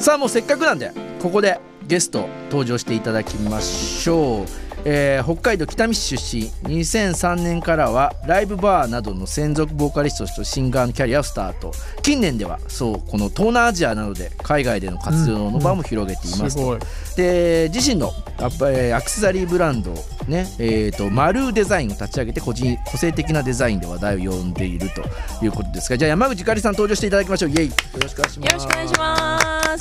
さあもうせっかくなんでここでゲスト登場していただきましょう。北海道北見市出身、2003年からはライブバーなどの専属ボーカリストとしてシンガーのキャリアをスタート。近年ではそうこの東南アジアなどで海外での活動の場も広げていますと、で自身のアクセサリーブランドね、マルーデザインを立ち上げて個性的なデザインで話題を呼んでいるということですが、じゃあ山口ゆかりさん登場していただきましょう。イエイ、よろしくお願いします。 よろしくお願いします。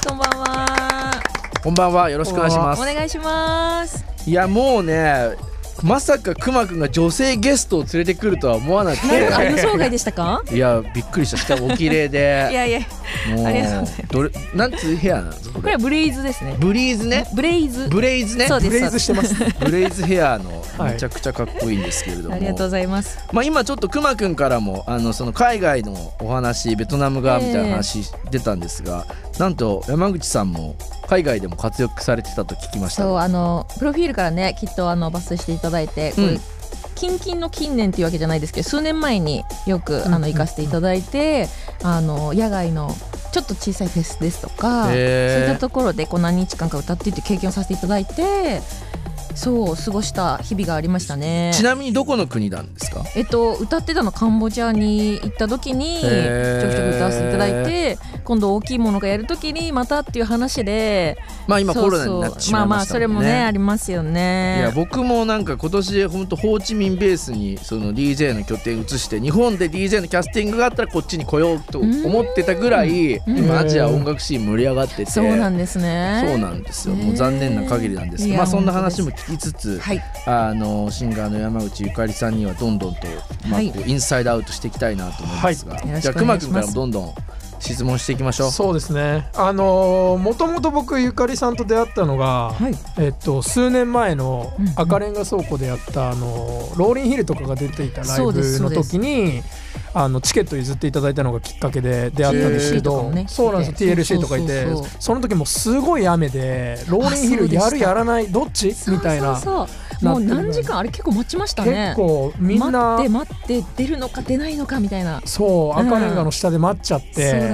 こんばんは。 こんばんは、よろしくお願いします。 お願いします。 いやもうね、まさかくまくんが女性ゲストを連れてくるとは思わなくて予想外でしたか？ いやびっくりした。しかもお綺麗でいやいや、 もうありがとうございます。 なんつうヘアなんですか？ これはブレイズですね。 ブリーズね。 ブレイズね。 そうです。 ブレイズしてます。 ブレイズヘアのめちゃくちゃかっこいいんですけれども、 ありがとうございます。 まあ今ちょっとくまくんからもその海外のお話、ベトナムがみたいな話出たんですが、なんと山口さんも海外でも活躍されてたと聞きました。 そうプロフィールからねきっと抜粋していただいて、これ近々の近年っていうわけじゃないですけど数年前によく行かせていただいて、野外のちょっと小さいフェスですとか、そういったところで何日間か歌っていって経験をさせていただいて、そう過ごした日々がありましたね。 ちなみにどこの国なんですか？ 歌ってたのカンボジアに行った時にちょくちょく歌わせていただいて、今度大きいものがやる時にまたっていう話で、 まあ今コロナになってしまいましたもんね。 それもねありますよね。 いや僕もなんか今年本当ホーチミンベースにその DJ の拠点移して、日本で DJ のキャスティングがあったらこっちに来ようと思ってたぐらい、今アジア音楽シーン盛り上がってて、 そうなんですね。 そうなんですよ。もう残念な限りなんですけど、まあそんな話も聞きつつ、 はい、 シンガーの山口ゆかりさんにはどんどんと、まあ、こうインサイドアウトしていきたいなと思いますが、じゃあくまくんからもどんどん質問していきましょう。 そうですね。もともと僕ゆかりさんと出会ったのが、 はい、 数年前の赤レンガ倉庫でやったローリンヒルとかが出ていたライブの時にチケット譲っていただいたのがきっかけで出会ったんですけど、そうなんですよ。 TLC とかいて、その時もすごい雨でローリンヒルやるやらないどっちみたいな。 もう何時間あれ結構待ちましたね。 結構みんな待って出るのか出ないのかみたいな。 そう赤レンガの下で待っちゃって、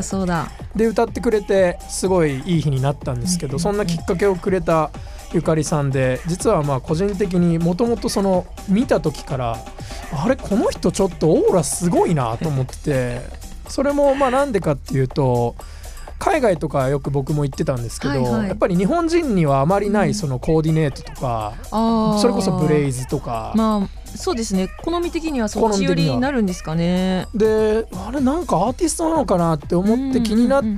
そうだで歌ってくれてすごいいい日になったんですけど、そんなきっかけをくれたゆかりさんで、実はまあ個人的にもともと見た時からあれこの人ちょっとオーラすごいなと思ってて、それもまあなんでかっていうと海外とかよく僕も言ってたんですけど、やっぱり日本人にはあまりないそのコーディネートとか、それこそブレイズとか、 まあそうですね、好み的にはそっち寄りになるんですかね。 であれなんかアーティストなのかなって思って気になって、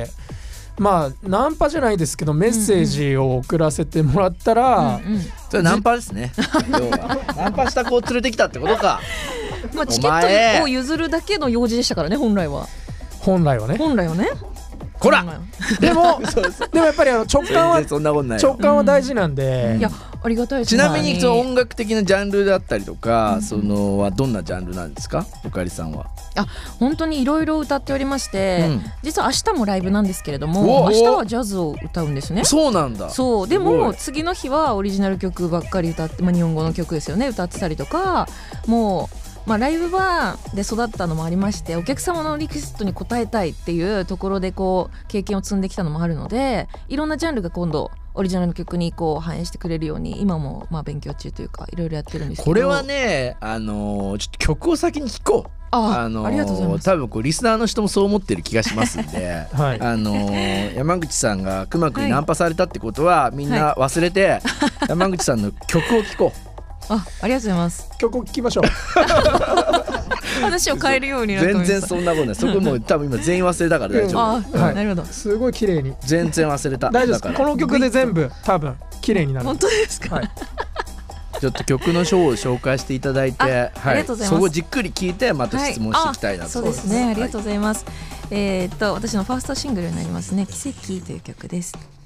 まあナンパじゃないですけどメッセージを送らせてもらったら、 それナンパですね。要はナンパした子を連れてきたってことか。 まあチケットを譲るだけの用事でしたからね、本来はね。 こらでもやっぱり直感は大事なんで、 いやありがたいです。 ちなみに音楽的なジャンルだったりとか、はどんなジャンルなんですか、ゆかりさんは？ 本当にいろいろ歌っておりまして、実は明日もライブなんですけれども、明日はジャズを歌うんですね。 そうなんだ。 そうでも次の日はオリジナル曲ばっかり歌って、日本語の曲ですよね、歌ってたりとか、もうライブバーで育ったのもありまして、お客様のリクエストに応えたいっていうところで経験を積んできたのもあるので、いろんなジャンルが今度オリジナルの曲に反映してくれるように今も勉強中というかいろいろやってるんですけど、 これはねちょっと曲を先に聴こう。 ありがとうございます。 多分リスナーの人もそう思ってる気がしますんで、山口さんがくまくんにナンパされたってことは、みんな忘れて、山口さんの曲を聴こう。 ありがとうございます。 曲を聴きましょう。 話を変えるようになって全然そんなことない。そこも多分今全員忘れたから大丈夫。 なるほど。 すごい綺麗に全然忘れた。 大丈夫です。この曲で全部多分綺麗になる。 本当ですか？ ちょっと曲のショーを紹介していただいて、 ありがとうございます。 そこをじっくり聞いてまた質問していきたいなと。 そうですね、ありがとうございます。私のファーストシングルになりますね、奇跡という曲です。